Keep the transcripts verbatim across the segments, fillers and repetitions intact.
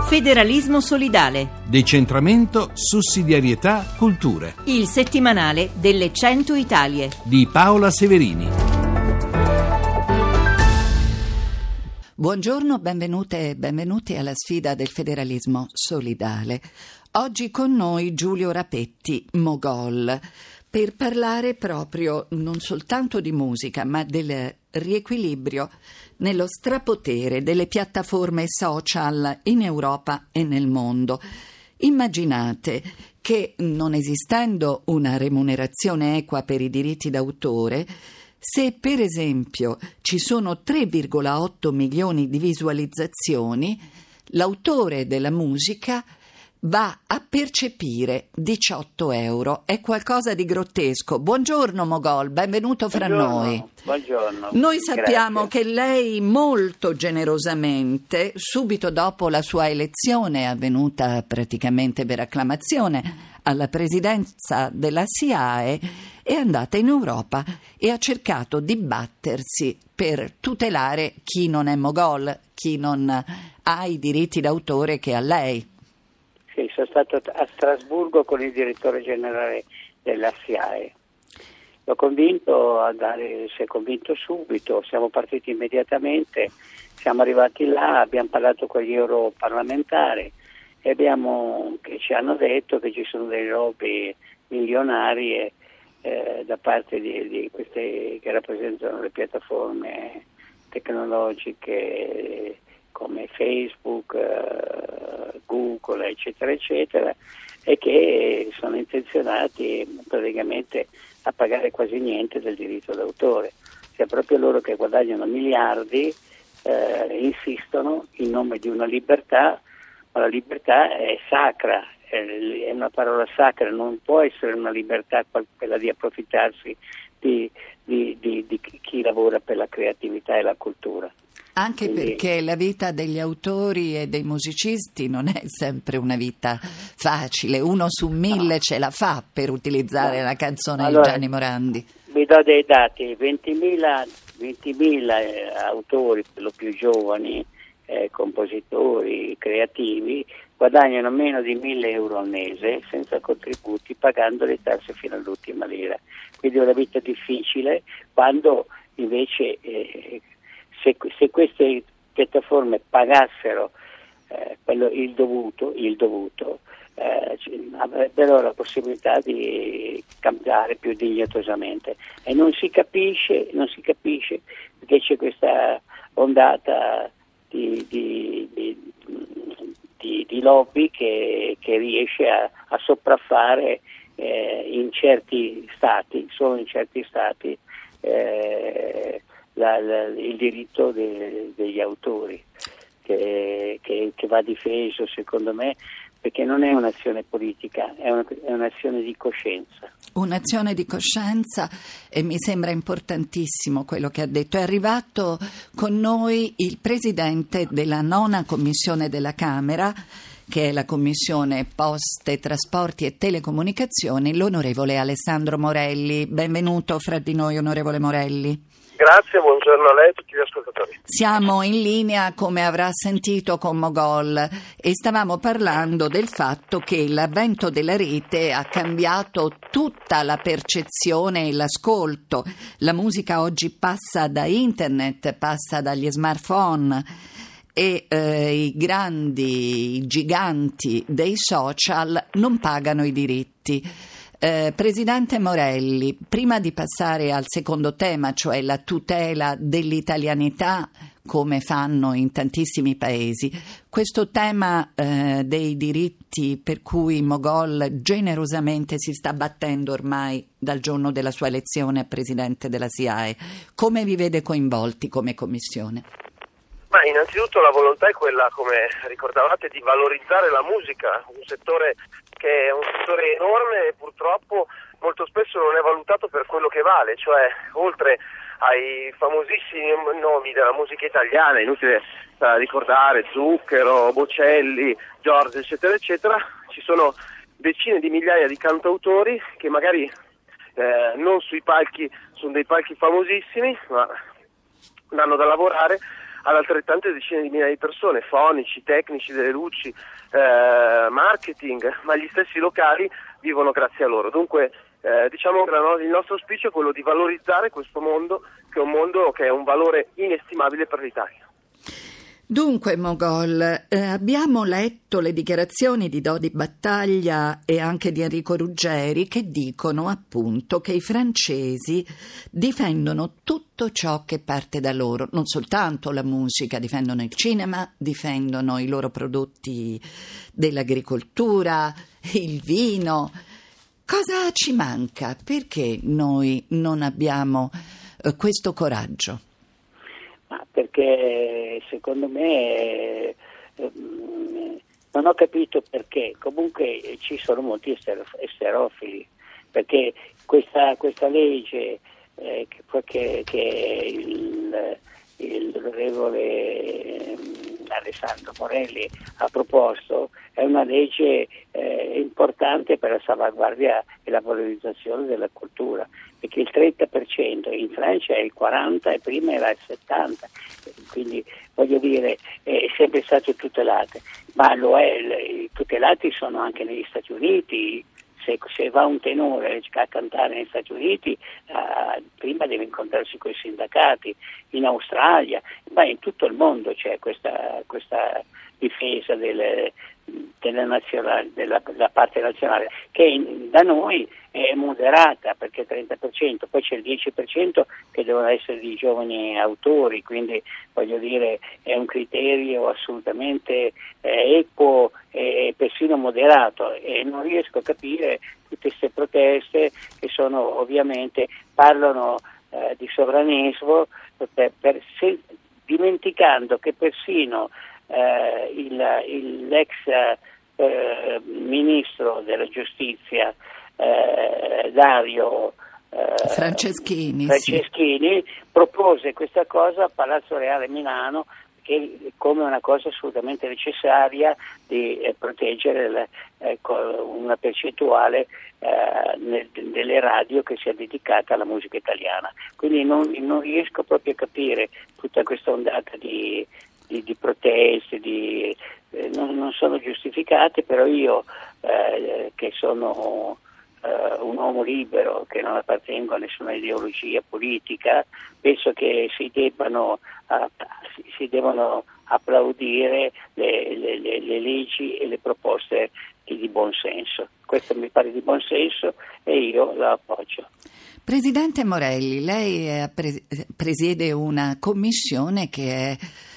Federalismo solidale. Decentramento, sussidiarietà, culture. Il settimanale delle cento Italie. Di Paola Severini. Buongiorno, benvenute e benvenuti alla sfida del federalismo solidale. Oggi con noi Giulio Rapetti, Mogol, per parlare proprio non soltanto di musica, ma del riequilibrio nello strapotere delle piattaforme social in Europa e nel mondo. Immaginate che, non esistendo una remunerazione equa per i diritti d'autore, se per esempio ci sono tre virgola otto milioni di visualizzazioni, l'autore della musica va a percepire diciotto euro. È qualcosa di grottesco. Buongiorno Mogol, benvenuto fra Buongiorno, noi. Buongiorno. Noi sappiamo Grazie. che lei molto generosamente, subito dopo la sua elezione, avvenuta praticamente per acclamazione alla presidenza della S I A E, è andata in Europa e ha cercato di battersi per tutelare chi non è Mogol, chi non ha i diritti d'autore che ha lei. Sì, sono stato a Strasburgo con il direttore generale della S I A E. L'ho convinto a dare, si è convinto subito, siamo partiti immediatamente, siamo arrivati là, abbiamo parlato con gli europarlamentari e abbiamo, che ci hanno detto che ci sono delle lobby milionarie eh, da parte di, di queste che rappresentano le piattaforme tecnologiche come Facebook, eh, Google, eccetera, eccetera, e che sono intenzionati praticamente a pagare quasi niente del diritto d'autore. Cioè proprio loro che guadagnano miliardi eh, insistono in nome di una libertà, ma la libertà è sacra, è una parola sacra, non può essere una libertà quella di approfittarsi di, di, di, di chi lavora per la creatività e la cultura. Anche Quindi, perché la vita degli autori e dei musicisti non è sempre una vita facile, uno su mille no. ce la fa per utilizzare no. la canzone allora, di Gianni Morandi. Vi do dei dati, ventimila, ventimila eh, autori, per lo più giovani, eh, compositori, creativi, guadagnano meno di mille euro al mese senza contributi, pagando le tasse fino all'ultima lira. Quindi è una vita difficile, quando invece eh, se, se queste piattaforme pagassero eh, quello, il dovuto, il dovuto eh, avrebbero la possibilità di cambiare più dignitosamente. E non si capisce, non si capisce perché c'è questa ondata di, di, di, di, di lobby che, che riesce a, a sopraffare eh, in certi stati, solo in certi stati, eh, la, la, il diritto de, degli autori che, che, che va difeso, secondo me, perché non è un'azione politica, è, una, è un'azione di coscienza. Un'azione di coscienza, e mi sembra importantissimo quello che ha detto. È arrivato con noi il presidente della nona commissione della Camera, che è la commissione Poste, Trasporti e Telecomunicazioni, l'onorevole Alessandro Morelli. Benvenuto fra di noi, onorevole Morelli. Grazie, buongiorno a lei e a tutti gli ascoltatori. Siamo in linea, come avrà sentito, con Mogol e stavamo parlando del fatto che l'avvento della rete ha cambiato tutta la percezione e l'ascolto. La musica oggi passa da internet, passa dagli smartphone e eh, i grandi, i giganti dei social non pagano i diritti. Eh, Presidente Morelli, prima di passare al secondo tema, cioè la tutela dell'italianità, come fanno in tantissimi paesi, questo tema eh, dei diritti per cui Mogol generosamente si sta battendo ormai dal giorno della sua elezione a Presidente della S I A E, come vi vede coinvolti come Commissione? Ma innanzitutto la volontà è quella, come ricordavate, di valorizzare la musica, un settore che è un settore enorme e purtroppo molto spesso non è valutato per quello che vale, cioè oltre ai famosissimi nomi della musica italiana, inutile uh, ricordare Zucchero, Bocelli, Giorgio, eccetera, eccetera, ci sono decine di migliaia di cantautori che magari eh, non sui palchi, sono dei palchi famosissimi, ma danno da lavorare ad altrettante decine di migliaia di persone, fonici, tecnici delle luci, eh, marketing, ma gli stessi locali vivono grazie a loro. Dunque eh, diciamo che la no- il nostro auspicio è quello di valorizzare questo mondo, che è un mondo che è un valore inestimabile per l'Italia. Dunque, Mogol, eh, abbiamo letto le dichiarazioni di Dodi Battaglia e anche di Enrico Ruggeri che dicono appunto che i francesi difendono tutto ciò che parte da loro, non soltanto la musica, difendono il cinema, difendono i loro prodotti dell'agricoltura, il vino. Cosa ci manca? Perché noi non abbiamo eh, questo coraggio? Ma perché secondo me eh, non ho capito perché. Comunque ci sono molti esterof- esterofili, perché questa, questa legge eh, che, che, che il, il l'onorevole eh, Alessandro Morelli ha proposto è una legge eh, importante per la salvaguardia e la valorizzazione della cultura, perché il trenta per cento in Francia è il quaranta per cento e prima era il settanta per cento, quindi voglio dire è sempre stato tutelato, ma lo è, tutelati sono anche negli Stati Uniti. Se, se va un tenore a cantare negli Stati Uniti uh, prima deve incontrarsi con i sindacati, in Australia, ma in tutto il mondo c'è questa, questa difesa delle, della, nazionale, della, della parte nazionale, che in, da noi è moderata perché trenta per cento, poi c'è il dieci per cento che devono essere di giovani autori, quindi voglio dire è un criterio assolutamente eh, equo e persino moderato, e non riesco a capire tutte queste proteste che sono ovviamente parlano eh, di sovranismo per, per, se, dimenticando che persino eh, il, il, l'ex eh, ministro della giustizia eh, Dario eh, Franceschini, Franceschini sì. propose questa cosa a Palazzo Reale Milano che, come una cosa assolutamente necessaria di eh, proteggere la, eh, una percentuale eh, nel, delle radio che sia dedicata alla musica italiana. Quindi non, non riesco proprio a capire tutta questa ondata di, di, di proteste, di, eh, non, non sono giustificate, però io eh, che sono Uh, un uomo libero, che non appartengo a nessuna ideologia politica, penso che si debbano, uh, si, si devono applaudire le, le, le, le leggi e le proposte di, di buon senso. Questo mi pare di buon senso e io la appoggio. Presidente Morelli, lei è, presiede una commissione che è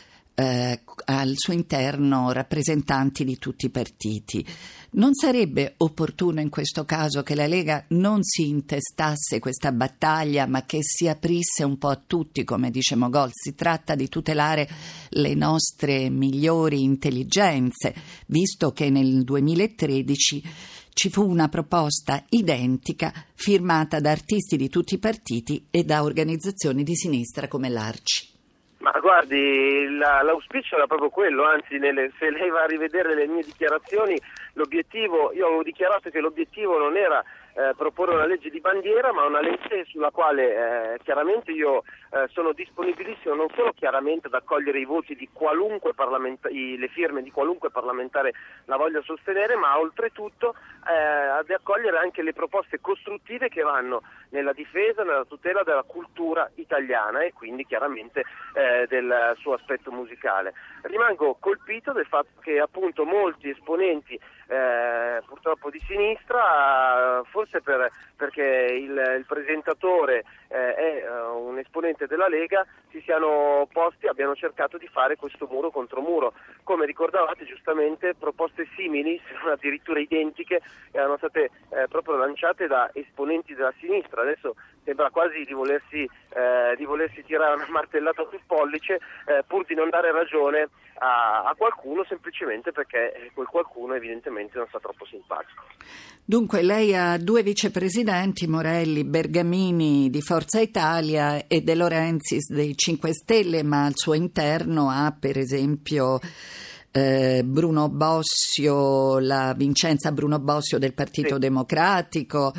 Eh, al suo interno rappresentanti di tutti i partiti. Non sarebbe opportuno in questo caso che la Lega non si intestasse questa battaglia, ma che si aprisse un po' a tutti, come dice Mogol? Si tratta di tutelare le nostre migliori intelligenze, visto che nel duemilatredici ci fu una proposta identica firmata da artisti di tutti i partiti e da organizzazioni di sinistra come l'Arci. Ma guardi, la, l'auspicio era proprio quello, anzi nelle, se lei va a rivedere le mie dichiarazioni, l'obiettivo, io avevo dichiarato che l'obiettivo non era eh, proporre una legge di bandiera, ma una legge sulla quale eh, chiaramente io eh, sono disponibilissimo non solo chiaramente ad accogliere i voti di qualunque parlamentare, le firme di qualunque parlamentare la voglia sostenere, ma oltretutto eh, ad accogliere anche le proposte costruttive che vanno nella difesa, nella tutela della cultura italiana e quindi chiaramente eh, del suo aspetto musicale. Rimango colpito del fatto che appunto molti esponenti eh, purtroppo di sinistra, forse per, perché il, il presentatore eh, è uh, un esponente della Lega, si siano posti, abbiano cercato di fare questo muro contro muro. Come ricordavate giustamente, proposte simili, se non addirittura identiche, erano state eh, proprio lanciate da esponenti della sinistra. Adesso sembra quasi di volersi, eh, di volersi tirare una martellata sul pollice eh, pur di non dare ragione a, a qualcuno, semplicemente perché quel qualcuno evidentemente non sta troppo simpatico. Dunque lei ha due vicepresidenti, Morelli, Bergamini di Forza Italia e De Laurentiis dei cinque Stelle, ma al suo interno ha per esempio eh, Bruno Bossio, la Vincenza Bruno Bossio del Partito sì. Democratico.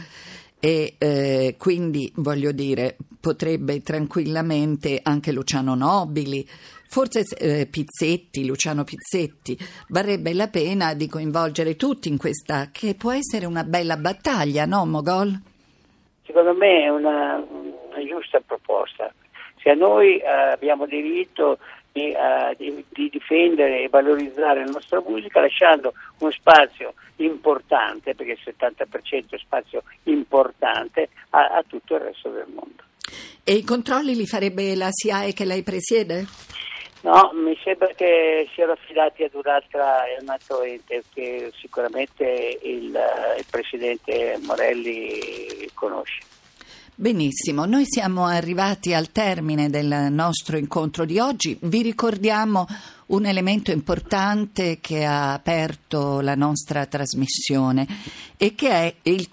E eh, quindi voglio dire potrebbe tranquillamente anche Luciano Nobili Forse eh, Pizzetti, Luciano Pizzetti, varrebbe la pena di coinvolgere tutti in questa, che può essere una bella battaglia, no Mogol? Secondo me è una, una giusta proposta. Se a noi eh, abbiamo diritto di, uh, di, di difendere e valorizzare la nostra musica, lasciando uno spazio importante, perché il settanta per cento è spazio importante, a, a tutto il resto del mondo. E i controlli li farebbe la S I A E che lei presiede? No, mi sembra che siano affidati ad un'altra, ad un altro ente che sicuramente il, il Presidente Morelli conosce. Benissimo, noi siamo arrivati al termine del nostro incontro di oggi. Vi ricordiamo un elemento importante che ha aperto la nostra trasmissione e che è il,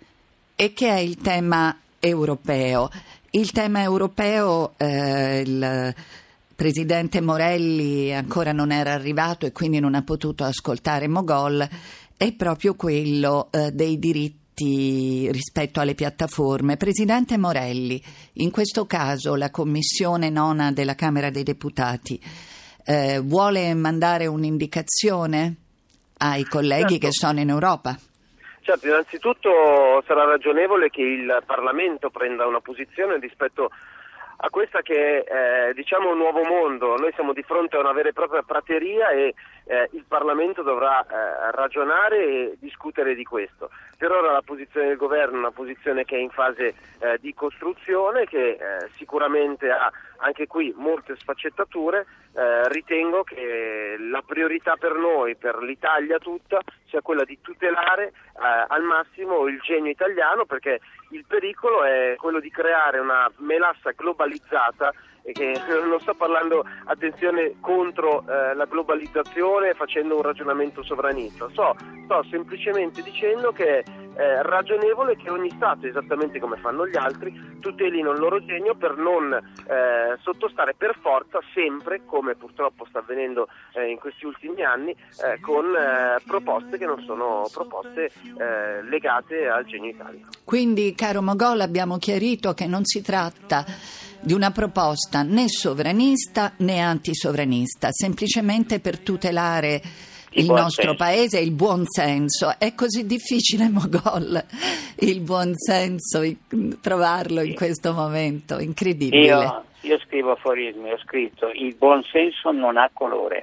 e che è il tema europeo. Il tema europeo, eh, il Presidente Morelli ancora non era arrivato e quindi non ha potuto ascoltare Mogol, è proprio quello eh, dei diritti rispetto alle piattaforme. Presidente Morelli, in questo caso la Commissione nona della Camera dei Deputati eh, vuole mandare un'indicazione ai colleghi certo. che sono in Europa? Certo, innanzitutto sarà ragionevole che il Parlamento prenda una posizione rispetto a questa che è eh, diciamo un nuovo mondo. Noi siamo di fronte a una vera e propria prateria e eh, il Parlamento dovrà eh, ragionare e discutere di questo. Per ora la posizione del governo è una posizione che è in fase eh, di costruzione, che eh, sicuramente ha anche qui molte sfaccettature. Eh, ritengo che la priorità per noi, per l'Italia tutta, sia quella di tutelare eh, al massimo il genio italiano, perché il pericolo è quello di creare una melassa globalizzata, e che non sto parlando, attenzione, contro eh, la globalizzazione facendo un ragionamento sovranista, so, sto semplicemente dicendo che è eh, ragionevole che ogni Stato, esattamente come fanno gli altri, tutelino il loro genio per non eh, sottostare per forza sempre, come purtroppo sta avvenendo eh, in questi ultimi anni, eh, con eh, proposte che non sono proposte eh, legate al genio italiano. Quindi, caro Mogol, abbiamo chiarito che non si tratta di una proposta né sovranista né antisovranista, semplicemente per tutelare il, il nostro senso. Paese e il buon senso. È così difficile, Mogol, il buon senso, trovarlo in questo momento, incredibile. Io, io scrivo aforismi, ho scritto: il buon senso non ha colore.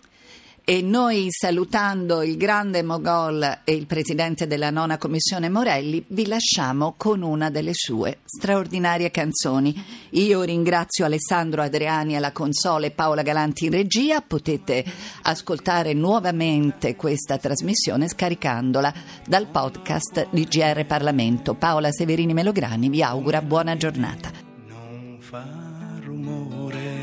E noi, salutando il grande Mogol e il presidente della nona commissione Morelli, vi lasciamo con una delle sue straordinarie canzoni. Io ringrazio Alessandro Adriani alla console e Paola Galanti in regia. Potete ascoltare nuovamente questa trasmissione scaricandola dal podcast di G R Parlamento. Paola Severini Melograni vi augura buona giornata. Non fa rumore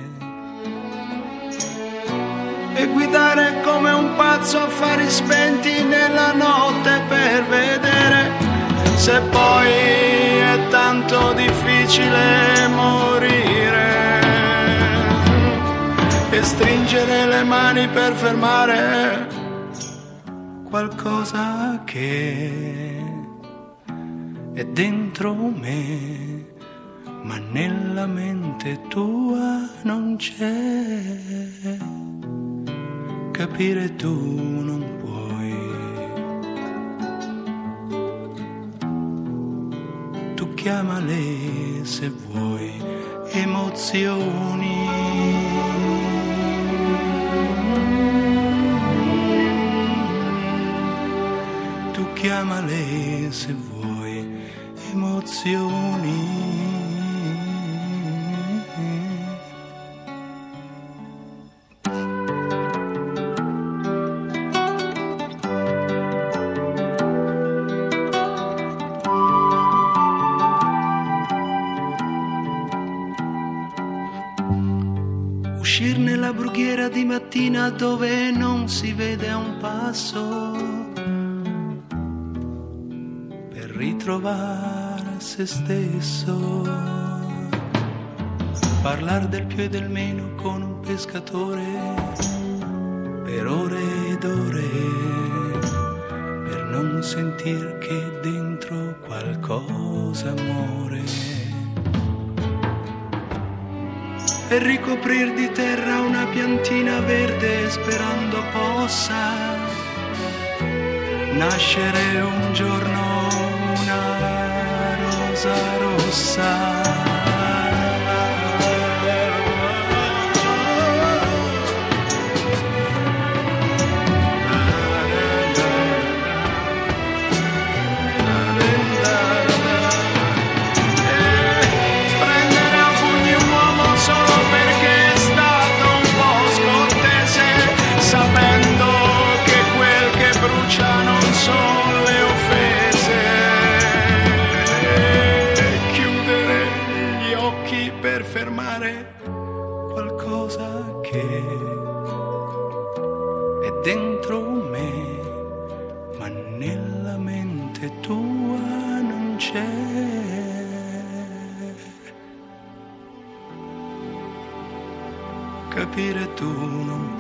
e guidare come un pazzo a fari spenti nella notte per vedere se poi è tanto difficile morire e stringere le mani per fermare qualcosa che è dentro me, ma nella mente tua non c'è. Capire tu non puoi, tu chiamale se vuoi emozioni, tu chiamale se vuoi emozioni. Uscir nella brughiera di mattina dove non si vede a un passo per ritrovare se stesso, parlar del più e del meno con un pescatore per ore ed ore, per non sentir che dentro qualcosa muore. e ricoprir di terra una piantina verde sperando possa nascere un giorno una rosa rossa. Per fermare qualcosa che è dentro me, ma nella mente tua non c'è. Capire tu non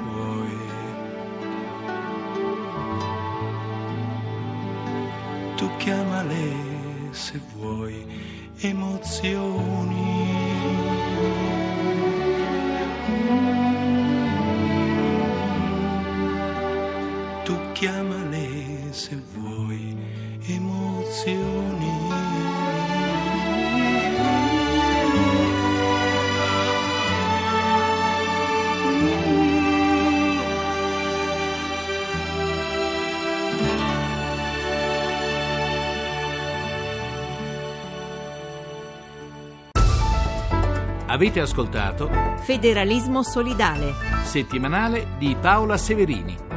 puoi, tu chiamale se vuoi emozioni. Tu chiamale se vuoi emozioni. Avete ascoltato Federalismo solidale. Settimanale di Paola Severini.